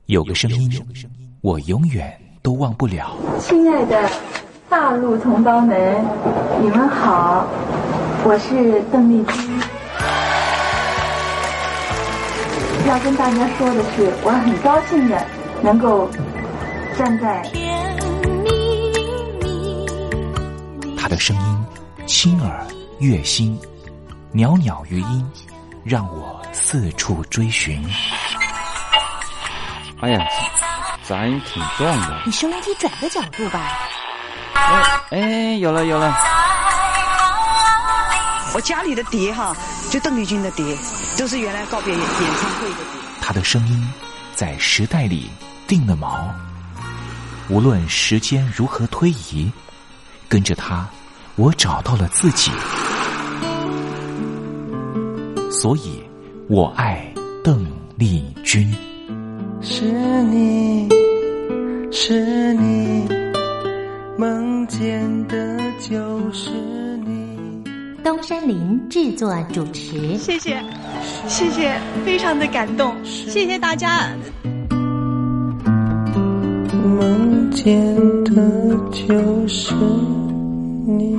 有个声音，我永远都忘不了。 亲爱的大陆同胞们，你们好，我是邓丽君。要跟大家说的是，我很高兴的能够站在他的声音轻耳悦心，袅袅余音，让我四处追寻。 哎呀，咱挺壮的。 你收音机转个角度吧。 哎，有了。 我家里的碟哈，就邓丽君的碟，都是原来告别演唱会的碟。 他的声音在时代里定了锚，无论时间如何推移，跟着他，我找到了自己。所以，我爱邓丽君。 是你，是你，梦见的就是你。 东山林制作主持， 谢谢，非常的感动，谢谢大家。 梦见的就是你。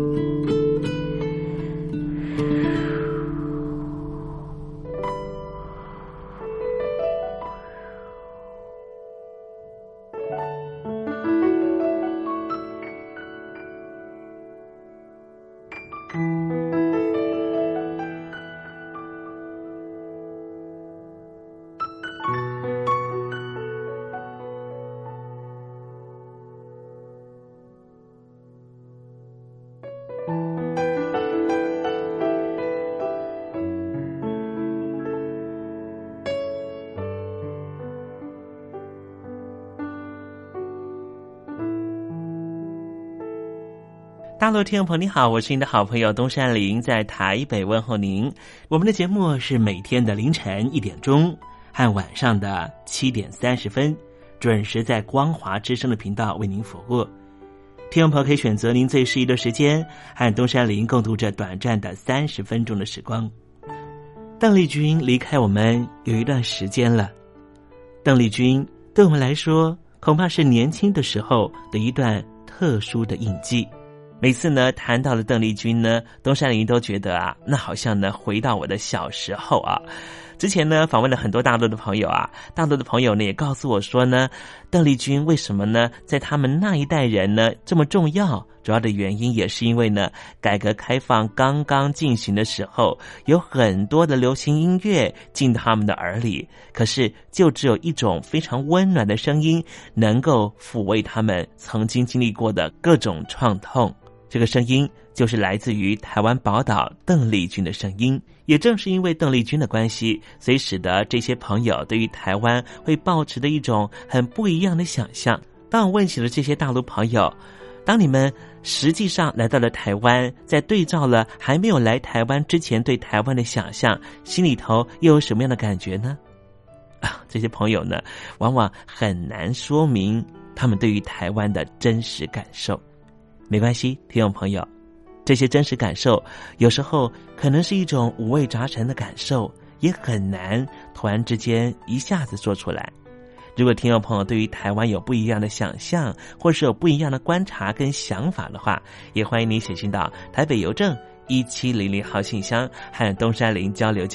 大陆听众朋友你好，我是您的好朋友东山林，在台北问候您。我们的节目是每天的凌晨1点钟和晚上的7点30分，准时在光华之声的频道为您服务。听众朋友可以选择您最适宜的时间，和东山林共度这短暂的30分钟的时光。邓丽君离开我们有一段时间了，邓丽君对我们来说恐怕是年轻的时候的一段特殊的印记。每次呢谈到了邓丽君呢，东山林都觉得啊，那好像呢回到我的小时候啊。之前呢访问了很多大陆的朋友啊，大陆的朋友呢也告诉我说呢，邓丽君为什么呢在他们那一代人呢这么重要，主要的原因也是因为呢改革开放刚刚进行的时候，有很多的流行音乐进到他们的耳里，可是就只有一种非常温暖的声音能够抚慰他们曾经经历过的各种创痛。这个声音就是来自于台湾宝岛邓丽君的声音。也正是因为邓丽君的关系，所以使得这些朋友对于台湾会抱持的一种很不一样的想象。当我问起了这些大陆朋友，当你们实际上来到了台湾，在对照了还没有来台湾之前对台湾的想象，心里头又有什么样的感觉呢？这些朋友呢，往往很难说明他们对于台湾的真实感受。没关系，听众朋友，这些真实感受有时候可能是一种五味杂陈的感受，也很难突然之间一下子说出来。如果听众朋友对于台湾有不一样的想象，或是有不一样的观察跟想法的话，也欢迎你写信到台北邮政1700号信箱，和东山林交流。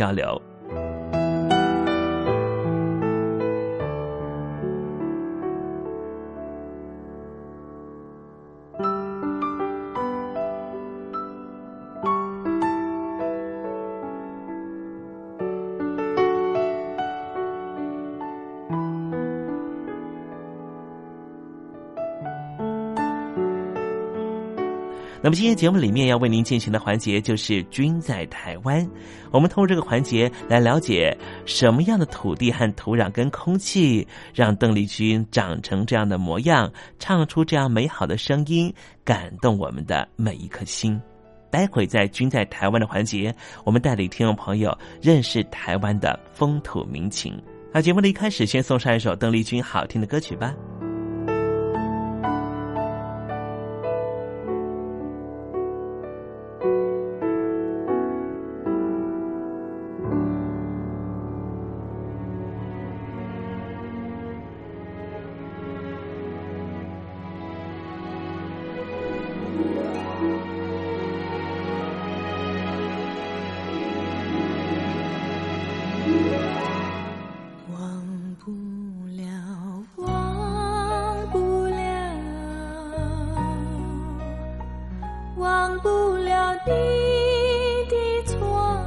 那么今天节目里面要为您进行的环节就是君在台湾。我们通过这个环节来了解什么样的土地和土壤跟空气让邓丽君长成这样的模样，唱出这样美好的声音，感动我们的每一颗心。待会在君在台湾的环节，我们带领听众朋友认识台湾的风土民情。那节目的一开始先送上一首邓丽君好听的歌曲吧。 不了，忘不了，忘不了你的错，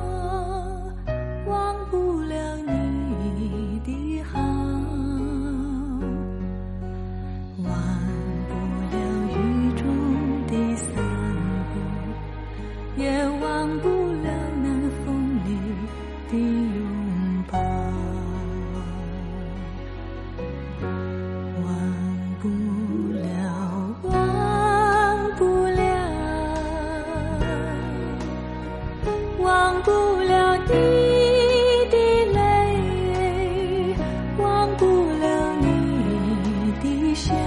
忘不了你的好，忘不了雨中的散步，也忘不了那风里的拥抱，忘不了，忘不了，忘不了你的泪，忘不了你的笑，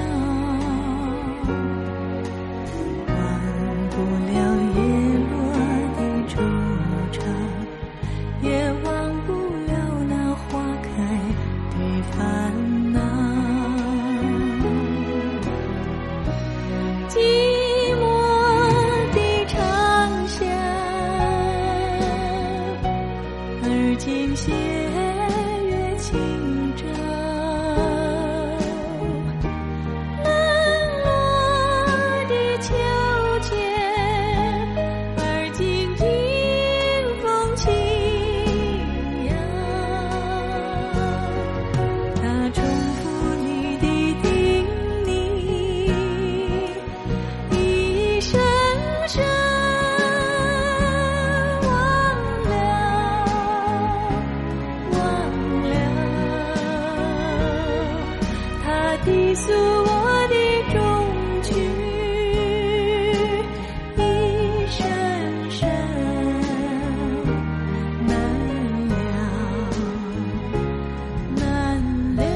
忘不了叶落的惆怅，也忘不了那花开的烦恼。寂寞的长巷，而今斜月清照，冷落的秋千，而今迎风轻摇，它重复你的叮咛，一声声忘了，忘了，它低诉我的衷曲，一声声难了，难了，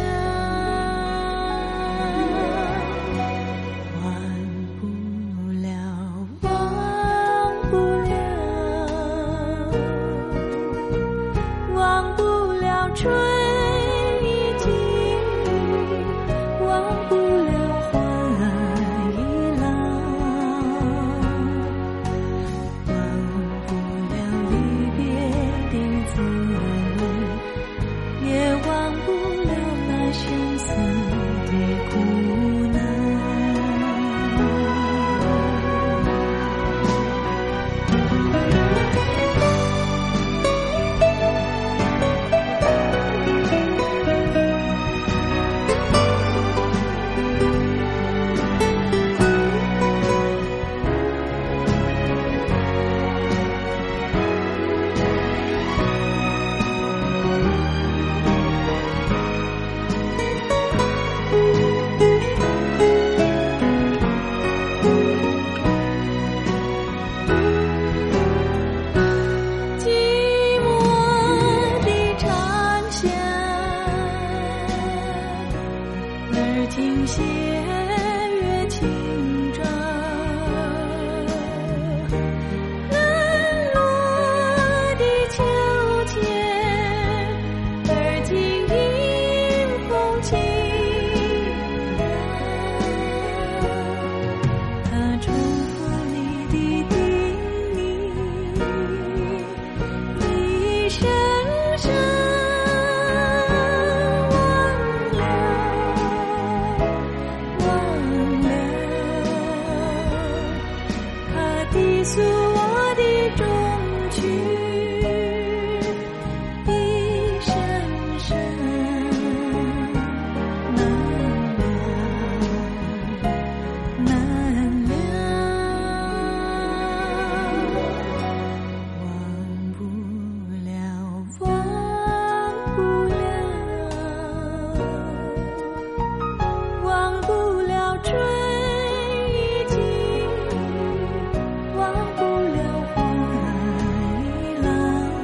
忘不了，忘不了，忘不了春已尽，忘不了花已老，忘不了离别的滋味，也忘不了那相思的苦恼。寂寞的长巷，而今斜月清照，冷落的秋千，而今迎风轻摇，它重复你的叮咛，一声声忘了，忘了，它低诉我的衷曲，一声声难了，难了，忘不了，忘不了，忘不了春已尽，忘不了花已老，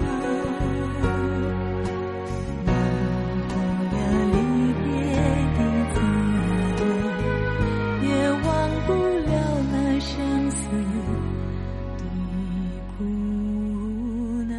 忘不了离别的滋味，也忘不了那相思的苦恼。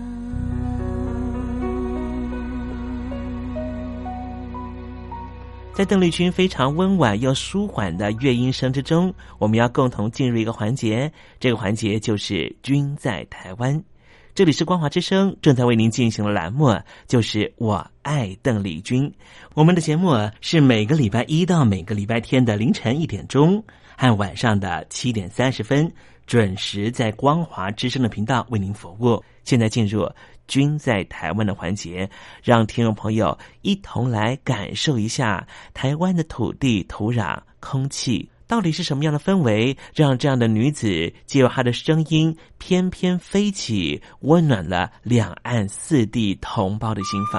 在邓丽君非常温婉又舒缓的乐音声之中，我们要共同进入一个环节，这个环节就是君在台湾。 这里是光华之声，正在为您进行的栏目就是我爱邓丽君。我们的节目是每个礼拜一到每个礼拜天的凌晨1点钟和晚上的7点30分准时在光华之声的频道为您服务。现在进入君在台湾的环节，让听众朋友一同来感受一下台湾的土地、土壤、空气到底是什么样的氛围，让这样的女子借由她的声音翩翩飞起，温暖了两岸四地同胞的心房。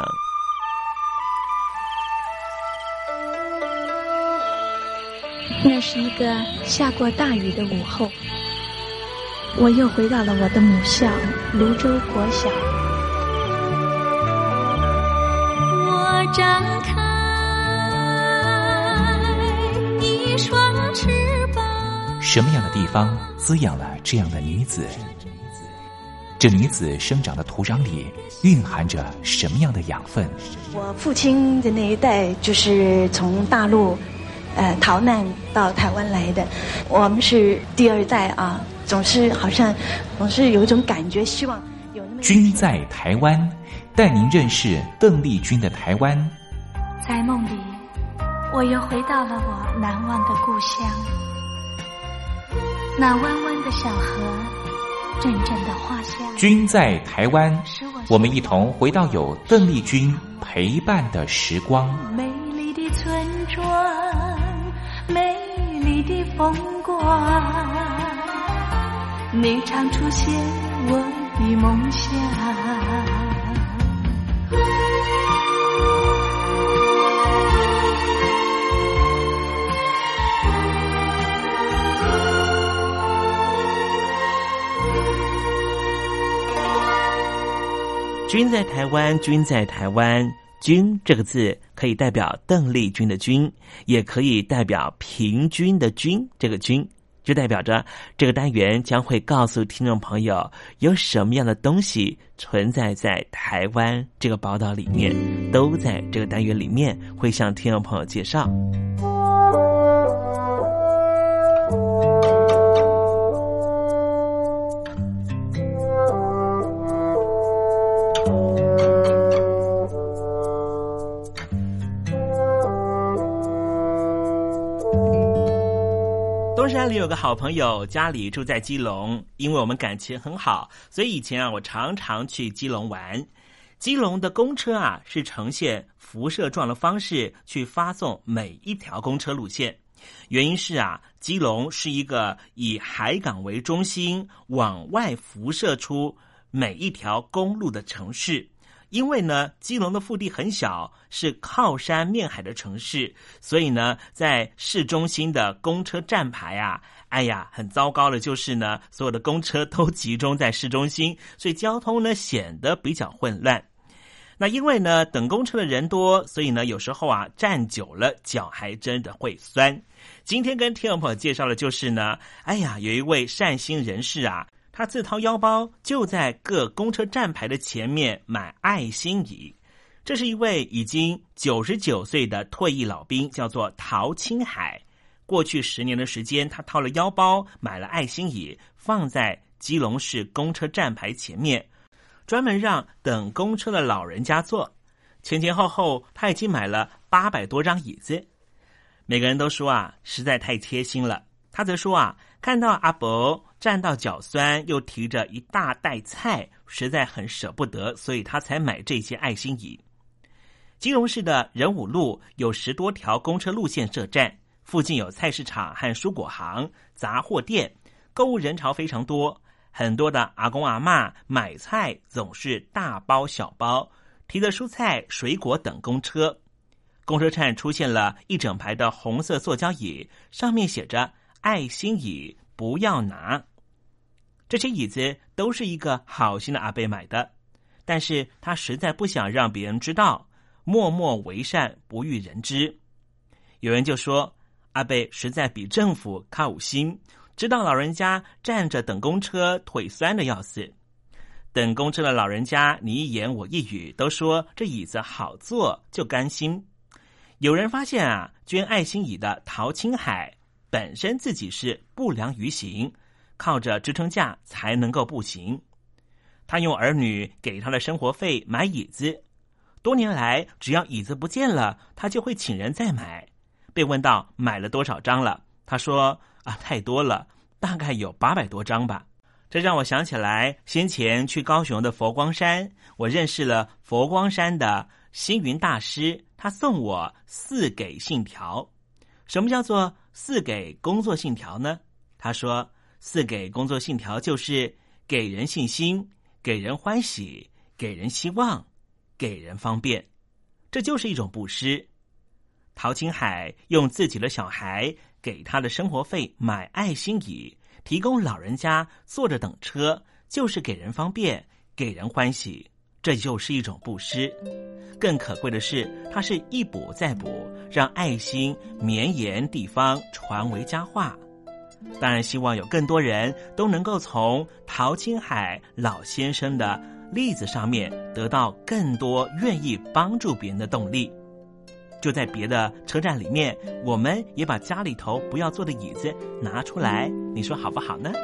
那是一个下过大雨的午后，我又回到了我的母校泸州国小。 我张开一双翅膀。 什么样的地方滋养了这样的女子？这女子生长的土壤里蕴含着什么样的养分？ 我父亲的那一代就是从大陆逃难到台湾来的，我们是第二代啊，总是有一种感觉，希望有那么君在台湾，带您认识邓丽君的台湾。 在梦里，我又回到了我难忘的故乡，那弯弯的小河，阵阵的花香。 君在台湾，我们一同回到有邓丽君陪伴的时光。 美丽的村庄，美丽的风光，你常出现我的梦想。 君在台湾，君在台湾。君这个字可以代表邓丽君的君，也可以代表平均的均，这个均就代表着这个单元将会告诉听众朋友有什么样的东西存在在台湾这个宝岛里面，都在这个单元里面会向听众朋友介绍。东山里有个好朋友，家里住在基隆，因为我们感情很好，所以以前我常常去基隆玩。基隆的公车是呈现辐射状的方式去发送每一条公车路线，原因是基隆是一个以海港为中心往外辐射出每一条公路的城市。因为呢，基隆的腹地很小，是靠山面海的城市，所以呢，在市中心的公车站牌很糟糕的就是呢，所有的公车都集中在市中心，所以交通呢显得比较混乱。那因为呢等公车的人多，所以呢有时候站久了脚还真的会酸。今天跟听众朋友介绍的就是呢，有一位善心人士他自掏腰包就在各公车站牌的前面买爱心椅。这是一位已经99岁的退役老兵，叫做陶青海。过去10年的时间，他掏了腰包买了爱心椅，放在基隆市公车站牌前面，专门让等公车的老人家坐。前前后后他已经买了800多张椅子。每个人都说实在太贴心了。他则说看到阿伯站到脚酸，又提着一大袋菜，实在很舍不得，所以他才买这些爱心椅。基隆市的仁武路有10多条公车路线设站，附近有菜市场和蔬果行、杂货店，购物人潮非常多。很多的阿公阿嬷买菜总是大包小包，提着蔬菜、水果等公车。公车站出现了一整排的红色塑胶椅，上面写着爱心椅不要拿。这些椅子都是一个好心的阿伯买的，但是他实在不想让别人知道，默默为善不欲人知。有人就说阿伯实在比政府靠有心，知道老人家站着等公车腿酸的要死。等公车的老人家你一言我一语，都说这椅子好坐就甘心。有人发现捐爱心椅的陶青海本身自己是不良于行，靠着支撑架才能够步行。 他用儿女给他的生活费买椅子，多年来只要椅子不见了，他就会请人再买。被问到买了多少张了，他说太多了，大概有800多张吧。这让我想起来先前去高雄的佛光山，我认识了佛光山的星云大师，他送我4给信条。什么叫做4给工作信条呢？他说4给工作信条就是给人信心，给人欢喜，给人希望，给人方便，这就是一种布施。陶青海用自己的小孩给他的生活费买爱心椅，提供老人家坐着等车，就是给人方便，给人欢喜，这就是一种布施。更可贵的是，他是一补再补，让爱心绵延地方，传为佳话。当然希望有更多人都能够从陶青海老先生的例子上面得到更多愿意帮助别人的动力。就在别的车站里面，我们也把家里头不要坐的椅子拿出来，你说好不好呢？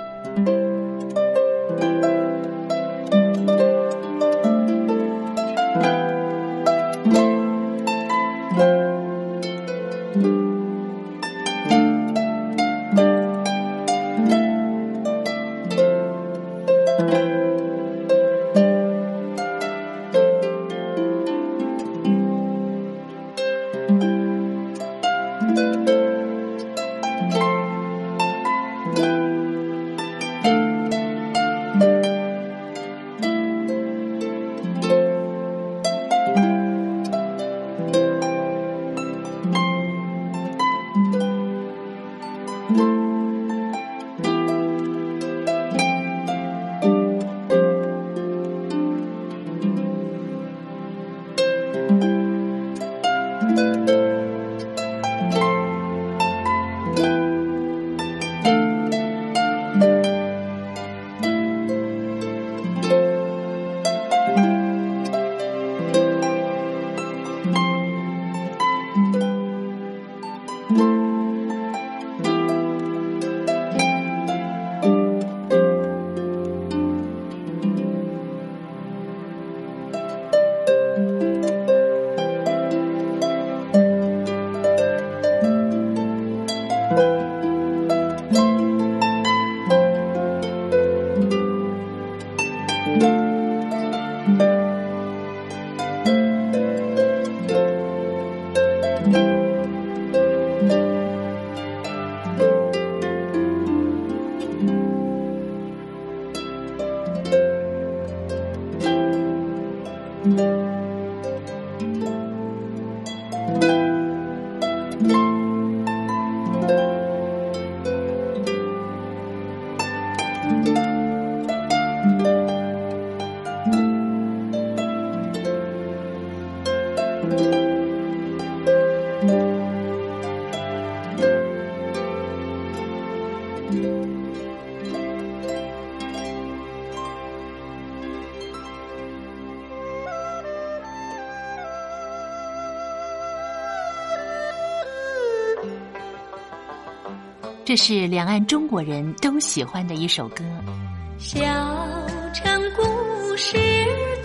这是两岸中国人都喜欢的一首歌。 小城故事多，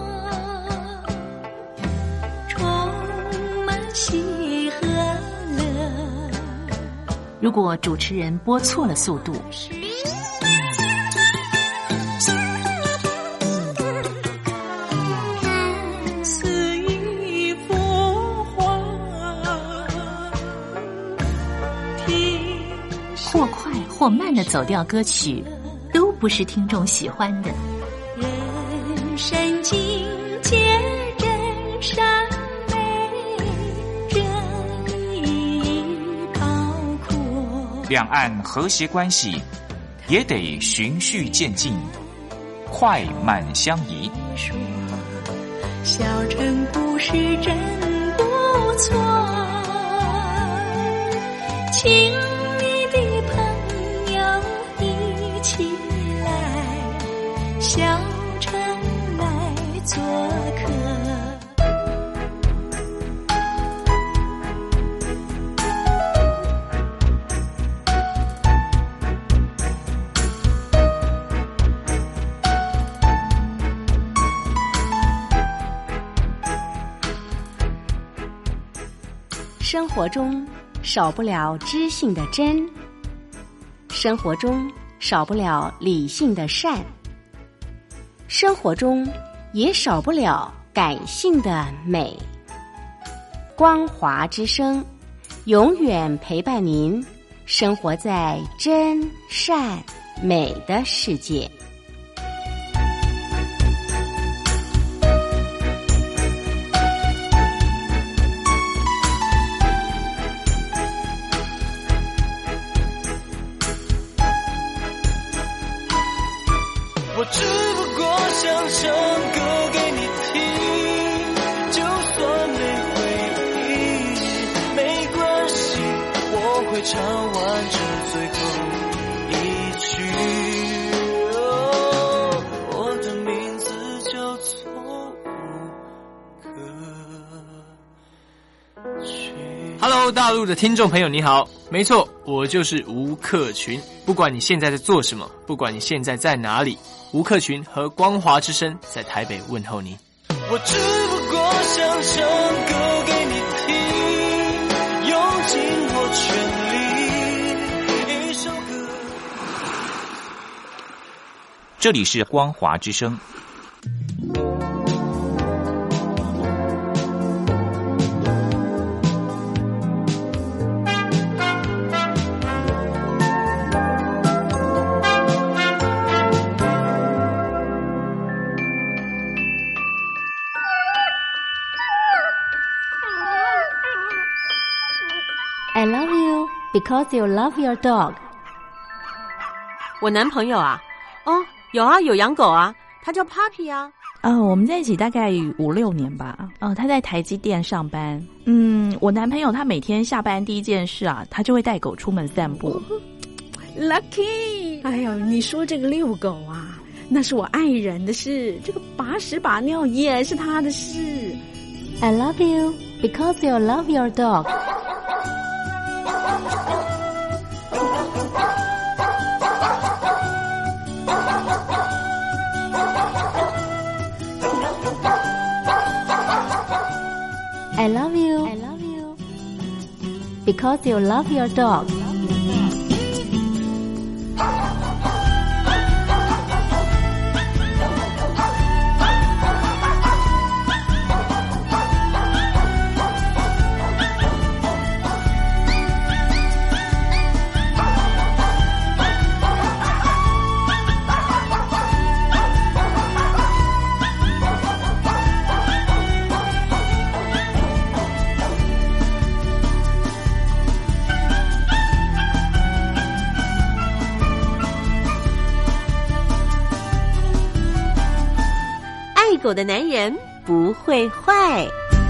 充满喜和乐。 如果主持人播错了速度，或快或慢的走调歌曲，都不是听众喜欢的。 人生境界真善美，真意高阔。 两岸和谐关系也得循序渐进，快慢相宜。 小城故事真不错，请小城来做客。 生活中少不了知性的真，生活中少不了理性的善，生活中也少不了感性的美。光华之声永远陪伴您生活在真善美的世界。 我只不过想唱歌给你听，就算没回应没关系，我会唱完这最后一句。我的名字叫做吴克群。 Hello， 大陆的听众朋友你好，没错，我就是吴克群。不管你现在在做什么，不管你现在在哪里，吴克群和光华之声在台北问候你。 我只不过想唱歌给你听，用尽我全力，一首歌。 这里是光华之声。 I love you because you love your dog。 我男朋友啊，有啊，有养狗啊，他叫 Papi 啊。 我们在一起大概5-6年吧。他在台积电上班。我男朋友他每天下班第一件事啊，他就会带狗出门散步。 Lucky， 哎呦，你说这个遛狗啊，那是我爱人的事，这个把屎把尿也是他的事。 I love you because you love your dog。I love you because you love your dog。 狗的男人不会坏。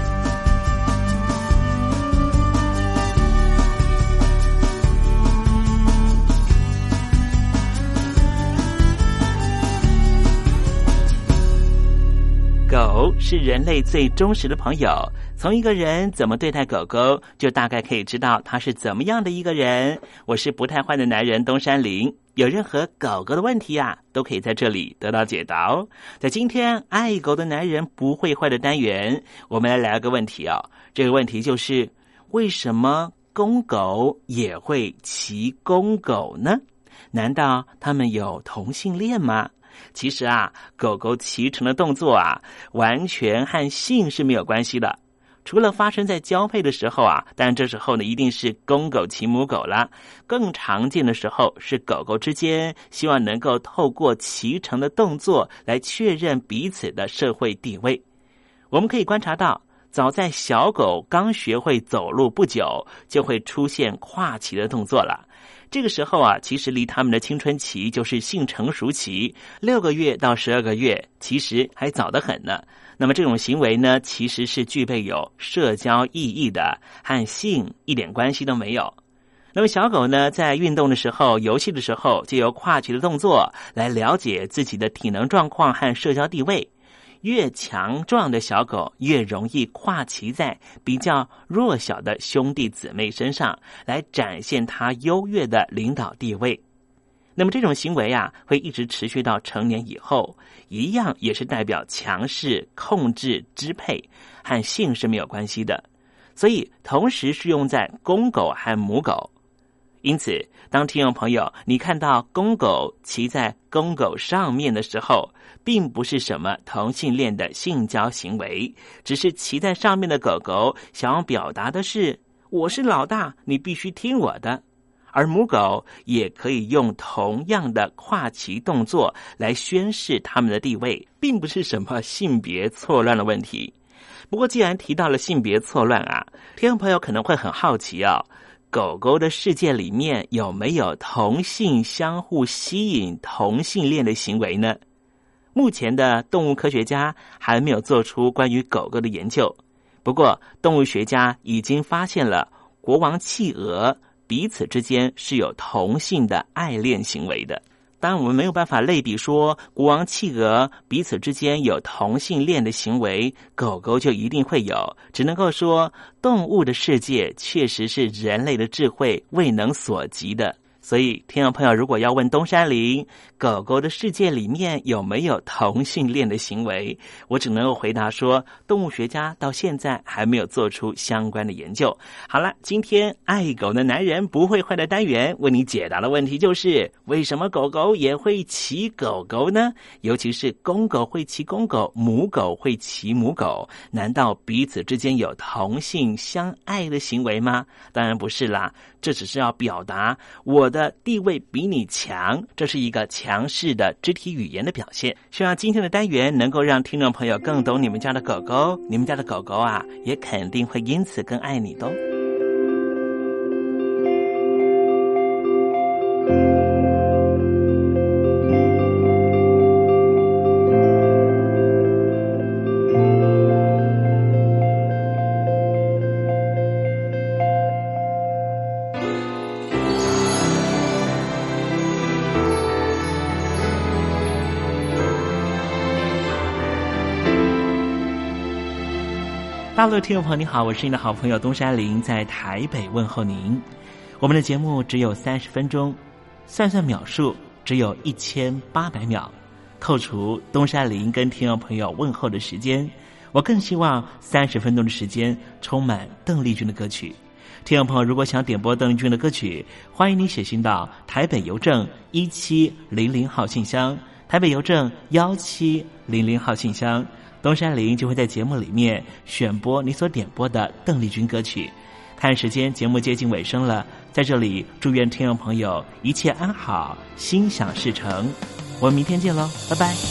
狗是人类最忠实的朋友，从一个人怎么对待狗狗，就大概可以知道他是怎么样的一个人。我是不太坏的男人东山林，有任何狗狗的问题啊，都可以在这里得到解答哦。在今天爱狗的男人不会坏的单元，我们来聊个问题哦。这个问题就是，为什么公狗也会骑公狗呢？难道他们有同性恋吗？其实啊，狗狗骑乘的动作啊，完全和性是没有关系的。除了发生在交配的时候啊，但这时候呢，一定是公狗骑母狗啦。更常见的时候是狗狗之间希望能够透过骑乘的动作来确认彼此的社会地位。我们可以观察到，早在小狗刚学会走路不久，就会出现跨骑的动作了。这个时候啊，其实离他们的青春期就是性成熟期，6个月到12个月，其实还早得很呢。那么这种行为呢，其实是具备有社交意义的，和性一点关系都没有。那么小狗呢，在运动的时候、游戏的时候，借由跨骑的动作来了解自己的体能状况和社交地位。越强壮的小狗越容易跨骑在比较弱小的兄弟姊妹身上，来展现它优越的领导地位。那么这种行为啊，会一直持续到成年以后，一样也是代表强势、控制、支配，和性是没有关系的。 所以同时适用在公狗和母狗。因此，当听众朋友你看到公狗骑在公狗上面的时候，并不是什么同性恋的性交行为，只是骑在上面的狗狗想要表达的是，我是老大，你必须听我的。而母狗也可以用同样的跨骑动作来宣示他们的地位，并不是什么性别错乱的问题。不过既然提到了性别错乱啊，听众朋友可能会很好奇哦，狗狗的世界里面有没有同性相互吸引同性恋的行为呢？目前的动物科学家还没有做出关于狗狗的研究，不过动物学家已经发现了国王企鹅彼此之间是有同性的爱恋行为的。当然我们没有办法类比说国王企鹅彼此之间有同性恋的行为，狗狗就一定会有，只能够说动物的世界确实是人类的智慧未能所及的。所以听众朋友如果要问东山林狗狗的世界里面有没有同性恋的行为，我只能够回答说动物学家到现在还没有做出相关的研究。好了，今天爱狗的男人不会坏的单元为你解答的问题就是为什么狗狗也会骑狗狗呢？尤其是公狗会骑公狗，母狗会骑母狗，难道彼此之间有同性相爱的行为吗？当然不是啦，这只是要表达我的地位比你强，这是一个强势的肢体语言的表现。希望今天的单元能够让听众朋友更懂你们家的狗狗，你们家的狗狗啊，也肯定会因此更爱你的哦。大陆的听众朋友你好，我是你的好朋友东山林，在台北问候您。我们的节目只有30分钟，算算秒数只有1800秒，扣除东山林跟听众朋友问候的时间，我更希望30分钟的时间充满邓丽君的歌曲。听众朋友如果想点播邓丽君的歌曲，欢迎你写信到台北邮政1700号信箱，台北邮政1700号信箱，东山林就会在节目里面选播你所点播的邓丽君歌曲。看时间，节目接近尾声了，在这里祝愿听众朋友一切安好，心想事成。我们明天见喽，拜拜。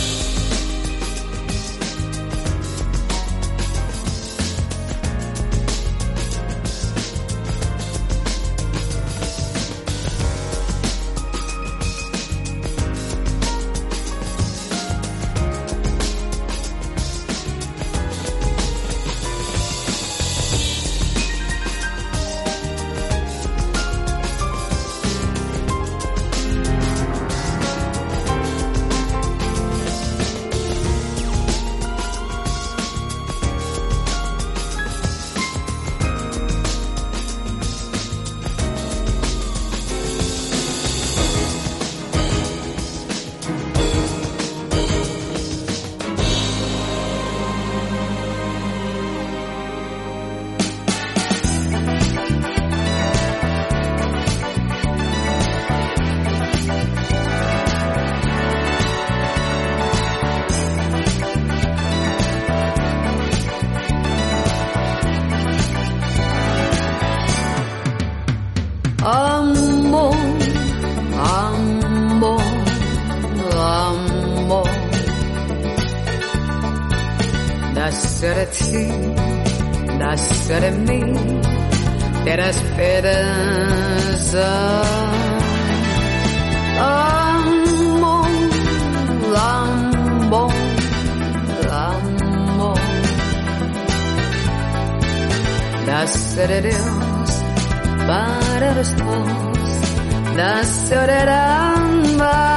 Nasce de mí de la esperanza. Amor, amor, amor. Nace de Dios para los dos, nace de alma.